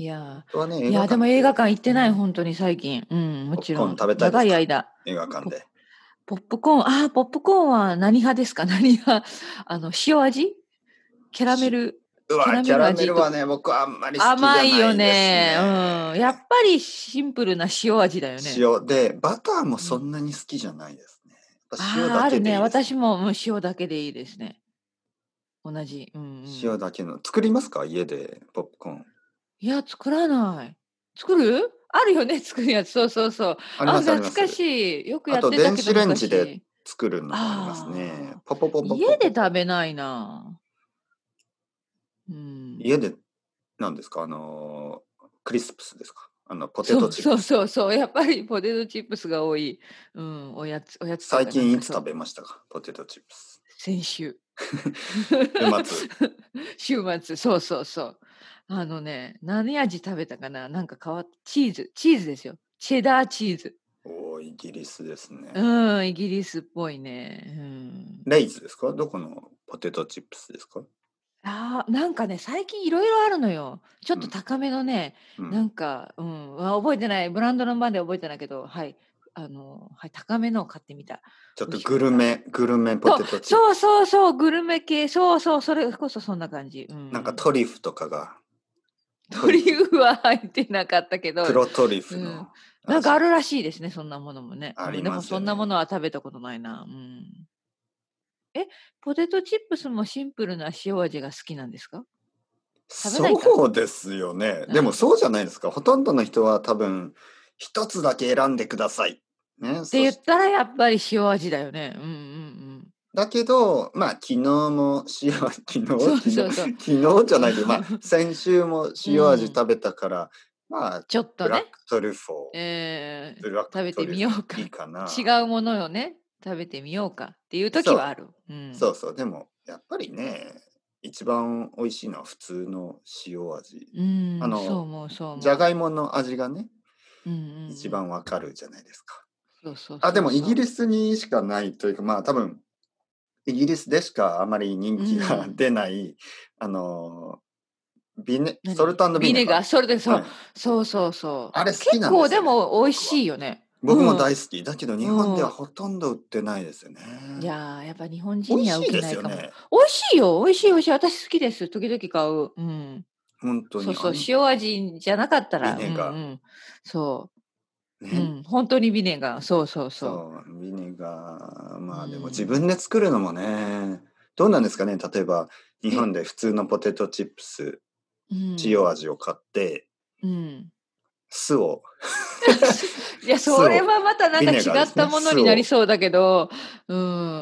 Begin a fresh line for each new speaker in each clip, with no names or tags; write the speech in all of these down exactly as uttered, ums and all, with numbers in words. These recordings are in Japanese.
いや
はね、
ー、いやー、でも映画館行ってない、
うん
本当に最近。うん、も
ポップコーン
ちろん。
食べたいですか
長い間。
映画館で。
ポップコーン、ああ、ポップコーンは何派ですか？何派？あの、塩味？キャラメル、
うわ、
キャラメ
キャラメ
ル味とか。
ルはね、僕はあんまり好きじゃ
甘いよ
ないです
ね。
ね。
うん。やっぱりシンプルな塩味だよね。
塩で、バターもそ
うん
んなに好きじゃないですね。やっぱ塩
ああ、
だけ
あるね。
でいいですね。
私も、うん、塩だけでいいですね。同じ。うんうん。
塩だけの。作りますか家でポップコーン。
いや、作らない。作る？あるよね、作るやつ。そうそうそう。あ、
ありますあり
懐か
ます。
しい。よく
あ
やってたけど、
と電子レンジで
昔。
作るのもありますね。
ああ、
ポポポポ
家で
ポポポ。
食べないな。うん。
家で何ですかあのークリスプスですかあの、ポテト
そうそう
チップス。
そうそう。やっぱりポテトチップスが多い。うん、おやつ、おやつという
最
かなんかそう。
近いつ食べましたかポテトチップス。
先週。
週末。
週末、そうそうそう。あのね、何味食べたかななんか変わっチーズ、チーズですよ。チェダーチーズ。
おー、イギリスですね。
うん、イギリスっぽいね。うん。
レイズですかどこのポテトチップスですか
ああ、なんかね、最近いろいろあるのよ。ちょっ
うん。
と高めのね、
うん。
なんか、うん、あ覚えてない。ブランドの番で覚えてないけど、はい。あの、はい、高めのを買ってみた。美
ちょっと
味しかった。
グルメ、グルメポ
そう、
テトチップ
そう
ス。
そうそう、グルメ系、そうそう、それこそそんな感じ。う
なんか
ん。
トリュフとかが、ト
トリ
リュフ、
ュフは入ってなかったけど、
黒トリュフの
うん。なんかあ
味。
るらしいですね、そんなものもね。うん、で
ありますよ
もそんなもの
ね。
は食べたことないな。うん。え、ポテトチップスもシンプルな塩味が好きなんですか？食べないか。
そうですよね。でも
あ、
そうじゃないですか。ほとんどの人は多分、一つだけ選んでください。ね。
って言っ
そして、
たらやっぱり塩味だよね。うんうんうん。
だけど、まあ、昨日も塩、昨日、
そう
昨日、
そうそう。
昨日じゃないけど、まあ、先週も
う
塩味
ん。
食べたから、まあ、
ちょっとね、
ブラックトリュフォー、
えー
ブラック
食べて
トリュフ
みようか。
いいか
違
な。
うものをね、食べてみようかっていう時は
そう、
ある。うん。
そうそう。でも、やっぱりね、一番美味しいのは普通の塩味。
うん、そう
あの、
思う、そう
じゃ
思
がいもの味がね、
う。うんうん
一
うん。
番わかるじゃないですか。
そうそう
あ、でもイ
そうそう。
ギリスにしかないというか、まあ多分、イギリスでしかあまり人
う
気が
ん。
出ない、あの、ビネ、ソル
何？
トビネガ
ビネガー、それでそう、
ー。はい。
そうそうそう。
あれ好きなんで
結構で
すよね、
も美味
僕は。
しいよね。う
僕も
ん。
大好き。だけど日本では
うん。
ほとんど売ってないですよね。
いやー、やっぱ日本人には受
美味しい
けないかも。
ですよね。
美味しいよ、美味しい美味しい。私好きです。時々買う。うん。
本当に。
そうそう、
あん、
塩味じゃなかったら、うんう
ビネガ
ん。そ
ー。
う。う
ね。
ん、本当にビネガー。そうそうそ
そう、ビネガー。
う。う
まあでも自
ん。
分で作るのもね、どうなんですかね。例えば日
え、
本で普通のポテトチップス、
うん。
塩味を買って、
うん。
酢を、
いや、
酢を、
それはまたなん
ビ
か違
ネガーですね。
ったものになり
酢を、
そうだけど、うん。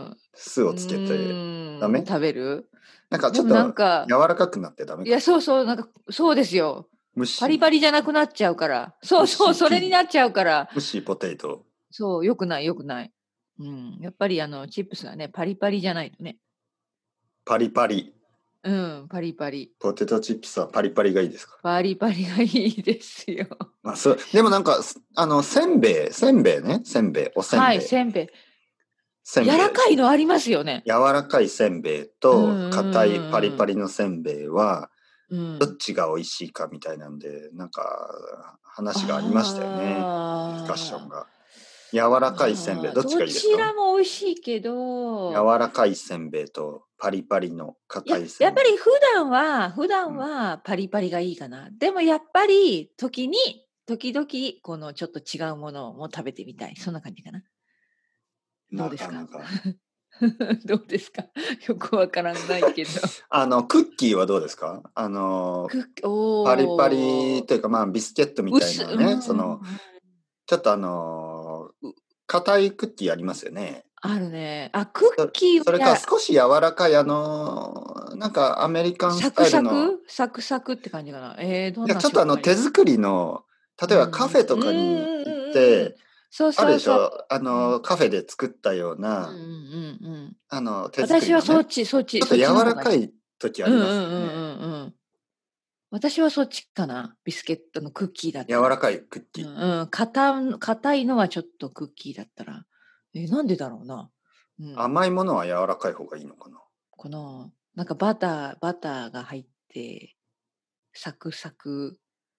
う
酢をつけてダ
ーん、
メ
食べる？
なんか
でもなん
ちょっと
か、
柔らかくなってダメ
いや、
かな。
そうそう、なんか、そうですよ。
ムッシー、
パリパリじゃなくなっちゃうから。そ
ムッ
うそう、それに
シーピー、
なっちゃうから。
ムッシーポテト、
そう、良くない良くない。うん、やっぱりあの、チップスがね、パリパリじゃないとね。
パリパリ。
うん、パリパリ。
ポテトチップスはパリパリがいいですか
パリパリがいいですよ。
まあ、そう、でもなんか、すあの、せんべい、せんべいね。せんべい、おせん
はい、
べい。
せんべい。
せん
柔ら
べい。
かいのありますよね。
柔らかいせんべい
うんう
と、硬いパリ
んうん
パリのせんべいは、
うん。う
どっ
ん。
ちが美味しいかみたいなんで、なんか、話がありましたよね。ディスカッション
あ
が。柔らかいせんべい、
あ、
どっち
ど
がいいですか
ちらも美味しいけ
柔
ど、
らかいせんべいと、パリパリの
いや、
硬いせんべい。
やっぱり普段は、普段
うん。
はパリパリがいいかな。でもやっぱり時に、時々このちょっと違うものも食べてみたい。そんな感じかな。どう
な
ですか？
かなか。
どうですか？よくわからないけど。
あの、クッキーはどうですかあの、
クッキー
パリパリ
おー、
というか、まあ、ビスケットみたい
薄、う
なね、そ
ん、
の、ちょっとあの、う硬いクッキーありますよね。
あるね。あ、クッ
そ
キーは
それか
や、
少し柔らかい、あの、なんかアメリカンスタ
サク
イルの、
サクサクサクって感じかな。えー、ど
いや、
んな
ちょっとあの
しょっぱいの？
手作りの、例えばカ
うん。
フェと
うんうん
かに行っ
うんうんうん。
て、
そう
ある
そうそう。
でしょあ
うん。
の、カフェで作ったような、
うんうんうんうん。
あの、手作
私
りのね、
はそっち、そっち、
ちょっと柔
そっちの方がいい。
らかい時あ
うんう
りますよ
んうん
ね。
うんうん。私はそっちかな。ビスケットのクッキーだったら。
柔らかいクッキー。
うんうん。硬硬いのはちょっとクッキーだったら。え、なんでだろうな。うん。
甘いものは柔らかい方がいいのかな。
この、なんかバター、バターが入って、サクサク。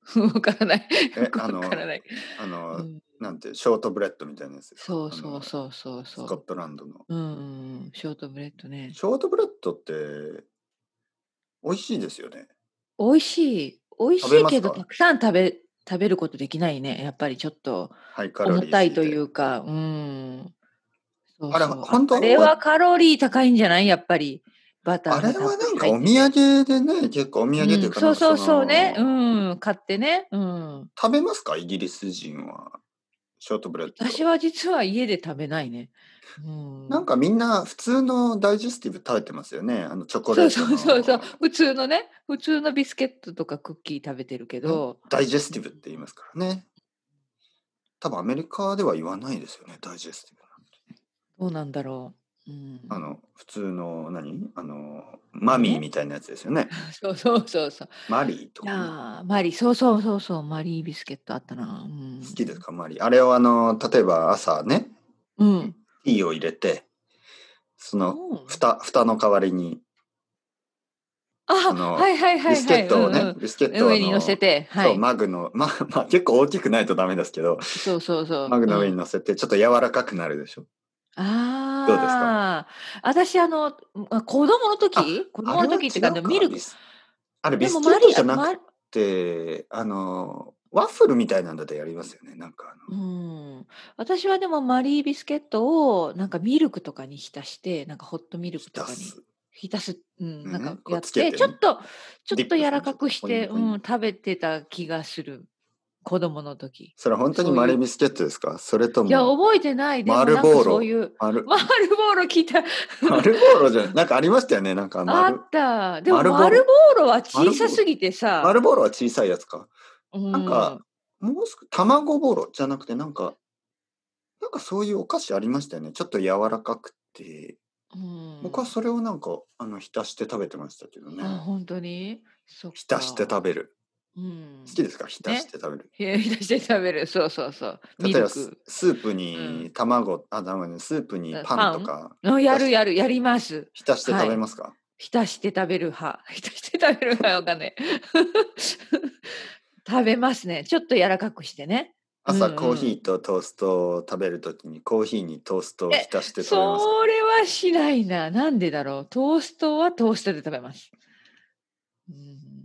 わからない。
え、
よくわか
あの、
らない。
あ
う
の、
ん。
なんていう、ショートブレッドみたいなやつですか？
そう
あの、
そうそうそうそ
スコットランドの。
う。うんうんうん。ショートブレッドね。
ショートブレッドって美味しいですよね。
美味しい。美味
食
しいけど、
べますか？
たくさん食べ食べることできないね。やっぱりちょっと
ハイカロ
重たいとい
リーすぎて。
うか、うーん。そう
あれ、
そう。あ
本当は
あれはカロリー高いんじゃない？やっぱり。バタ
あれ
ーがたっぷり
はなんかお土
入ってて。
産でね、結構お土産と
うん、
いうか、なんかそ
そうそうそうね。う
の、
ん、買ってね。うん。
食べますか？イギリス人は、ショートブレッド。
私は実は家で食べないね。うん。
なんかみんな普通のダイジェスティブ食べてますよね。あのチョコレート
そうそうそうそう。
の、
普通のね、普通のビスケットとかクッキー食べてるけ
ね、
ど、
ダイジェス
うん、
ティブって言いますからね。多分アメリカでは言わないですよね、ダイジェスティブ。
どうなんだろう。うん。
あの、普通の何、あの、マミー
ね。
みたいなやつですよね。
そうそうそうそう。
マリーと
い
かね。
や、マリー、そうそうそうそう、マリービスケットあったな。う
好きです
ん。
か、マリー。あれをあの、例えば朝ね、
うん。
ティーを入れて、その、
うん。
蓋、蓋の代わりに、
あ、
あの、
はいはいは
ビスケ
いはい。
ットをね、
うんうん。
ビスケットをあ
上に乗せ
の、
て、は
そう、
い。
マグの、まあ、まあ、結構大きくないとダメですけど、
そうそうそう。
マグの上に
うん。
乗せて、ちょっと柔らかくなるでしょ。どうですか？
ああ、私あの、ま、子供の
あ、
時子供
あれは
の時っていうか、で
違うか、
もミルク
ビス、あれビ
でも
スケッ
マリーあ、
トじゃなく
ま
て、あの、ワッフルみたいなんだとやりますよね。なんかあの、
うん。私はでもマリービスケットをなんかミルクとかに浸して、なんかホットミルクとかに
浸す。
浸す、うん、なんか
ね、こう
やって、
つけてね。
ちょっとちょ
ディップするんでしょ。
っと柔らかくし
ポイン
て、
ポイン。
うん、食べてた気がする。子供の時。
それ本当に
そういう
マリービスケットですか？それと
いや、
も、
覚えてない。で
マル
もなんか
ボーロ、
そういう、
マル、
マルボーロ聞いた。
マルボーロじゃ、なんかありましたよね。なんかマ
あっ
ル、
た。でも
マルボロ、
マルボーロは
マルボーロ、
小さすぎてさ、
マルボーロは小さいやつか。
う
なんか、
ん、
もうすぐ、卵ボーロじゃなくて、なんか、なんかそういうお菓子ありましたよね。ちょっと柔らかくて。
うん。
僕はそれをなんか、あの、浸して食べてましたけどね。
あ、ほんとに？そっ
浸して
か。
食べる。
うん。
好きですか？浸し
ね。
て食べる。
冷やして食べる。そうそうそう。ミ
例えばス、
ルク。
スープ
うん。
に卵、あ、ダメね、スープに
うん、
パン
パン？
とか
うん、や
浸し、
るやる、やります。
浸して
はい。
食べますか？
浸して食べる派。浸して食べる派わかんない。食べますね。ちょっと柔らかくしてね。うん
朝コーヒ
うん。
ーとトーストを食べるときにコーヒーにトーストを
え、
浸して食べますか？
それはしないな。なんでだろう。トーストはトーストで食べます。うん、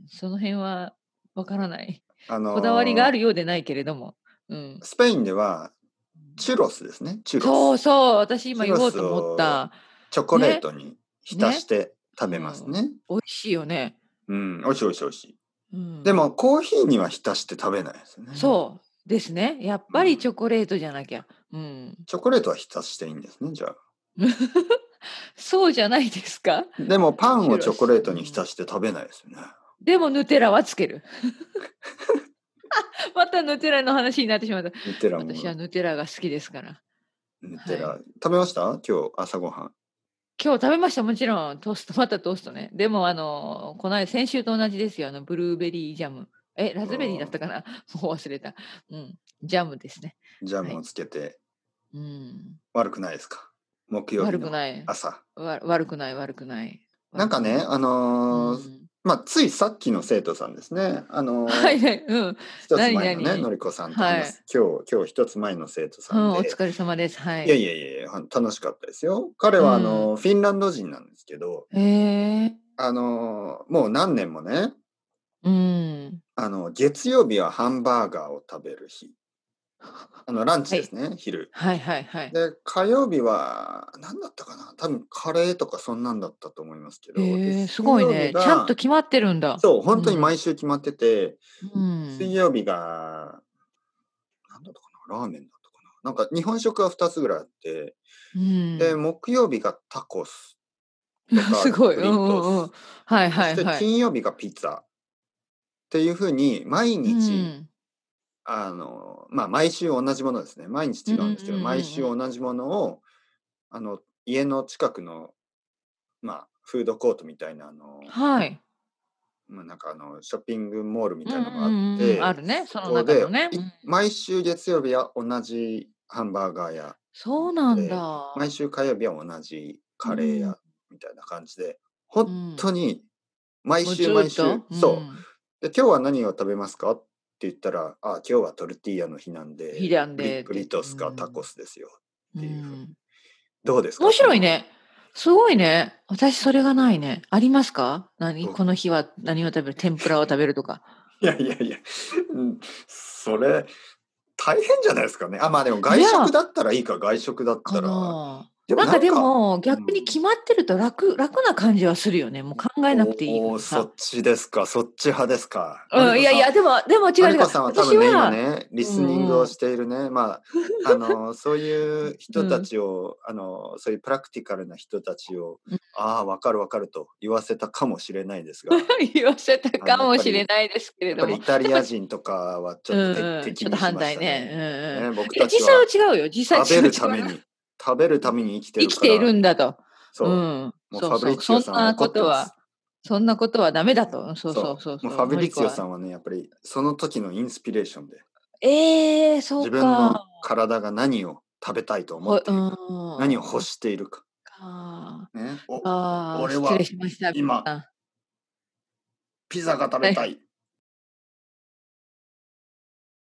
その辺はわからない。
あ
こだわりがあ
のー
るようでないけれども。うん。
スペインではチュロスですね。チュロス。
そうそう、私今
チュロス
言おうと思っ
を
た。
チョコレー
ね、
トに浸し
ね、
て食べます
うん。
ね。
美味しいよね。
うん、おいしいおいしいおいしい。
うん。
でもコーヒーには浸して食べないですね。
そうですね。やっぱりチ
うん。
ョコレートじゃなきゃ。うん。
チョコレートは浸していいんですね、じゃあ。
そうじゃないですか？
でもパンをチョコ
チュロス。
レートに
うん。
浸して食べないですよね。
でもヌテラはつける。またヌテラの話になってしまった。
ヌテラも、
私はヌテラが好きですから。
ヌテラ。
はい。
食べました？今日朝ごはん。
今日食べました、もちろん。トースト、またトーストね。でも、あの、こない先週と同じですよ。あの、ブルーベリージャム。え、ラズベリーだったかなもう忘れた。うん。ジャムですね。
ジャムを
はい。
つけて
うん。
悪くないですか？木曜日
悪く
の
ない。
朝。
わ悪くない悪くない。
なんかね、
悪くない。
あのー
うん。
まあ、ついさっきの生徒さんですね。あのー
はいはい、うん。
一つ
何
前のね、の
何
りこさんと
はい。
話す、今日、今日一つ前の生徒
うん、お
さんで、
疲れ様です。は
いや
い。
いやいやいや、楽しかったですよ。彼はあ
うん。
の、フィンランド人なんですけど、
へえ。
あの、もう何年もね、
うん。
あの、月曜日はハンバーガーを食べる日。あの、ランチ
はい。
ですね、昼。
はいはいはい。
で、火曜日は、何だったかな、多分カレーとかそんなんだったと思いますけど、で、
へえ、す
水曜日
ごいね。ちゃんと
が、
決まってるんだ。
そう、本当に
うん。
毎週決まってて、
うん。
水曜日が、何だったかな、ラーメンだったかな。なんか日本食がふたつぐらいあって、
う
で、
ん。
木曜日がタコスとか
すごい。うん
ブリ
うんうん。
トス。
はい
そして
はいはい。
金曜日がピザっていう風に毎
う
日、
ん。
あの、まあ、毎週同じものですね。毎日
うんうんうん
違うんですけど、毎週
うん。
同じものを、あの、家の近くの、まあ、フードコートみたいな、あの、
はい。
まあ、なんかあの、ショッピングモールみ
うんうん
たいのがあっ
うんうん。あ
て、
るね、その
そこで、
中のね。う
い
ん。
毎週月曜日は同じハンバーガー屋
そうなん
で、毎
だ。
週火曜日は同じカレー
うん。
屋みたいな感じで、本
うん。
当に毎
もう
週
ずっと？
毎週、
う
そ
ん。
う。で、今日は何を食べますか？ 言ったら、あ、今日はトルティーヤの日なん
日
で、ブリ
なんでって。
ブリトスかタ
うん。
コスですよ
う
っていうふうに。
ん。
どうですか
面
その
白いね。すごいね。私それがないね。ありますか？何
僕
この日は何を食べる？天ぷらを食べるとか。
いやいやいや、うん、それ、大変じゃないですかね。あ、まあでも外
じゃあ
食だったらいいか、外食だっ
か
たら。
な。
でも
なんかで
なんか、
も、
うん。
逆に決まってると楽楽な感じはするよね。もう考えなくていいか
おお、
らさ。
そっちですか。そっち派ですか。マリ
うん、い
コさん
やいや、でもでも違う違う。
マリコさんは多
私
分ね、今
は
ね、リ
う
スニングを
んうん。
しているね、まあ、あの、そういう人た
うん。
ちを、あの、そういうプラクティカルな人たちを、
うん。
ああ、分かる分かると言わせたかもしれないですが、
言わせた
あの、
かも
やっぱり
しれないですけれども、
やっぱりイタ
でも
リア人とかはちょ
うん
っとて
うん、ちょっと
敵にしまし
反対ね。
たね。
うんうん。
ね、僕
いや、実
たちは
際は違うよ。実
食べる
際違う違う。
ために食べるために生きて
生きてい
るから、
るんだと。う
そ
ん。
う、もうファブ
そうそう。
リッチオさんは
そんな
怒ってます。
ことはそんなことはダメだと。うん、そうそう
そう、もう
そうそう。
ファブリッ
マリコは
チオさんはね、やっぱりその時のインスピレーションで、
ええ、そ
自
うか。
分の体が何を食べたいと思
ほう
っているか、何を欲
ーん。
しているか、
か。
ね、お、
ああ、失礼
俺は
しました。
今
あ。
ピザが食べ
はい。
たい。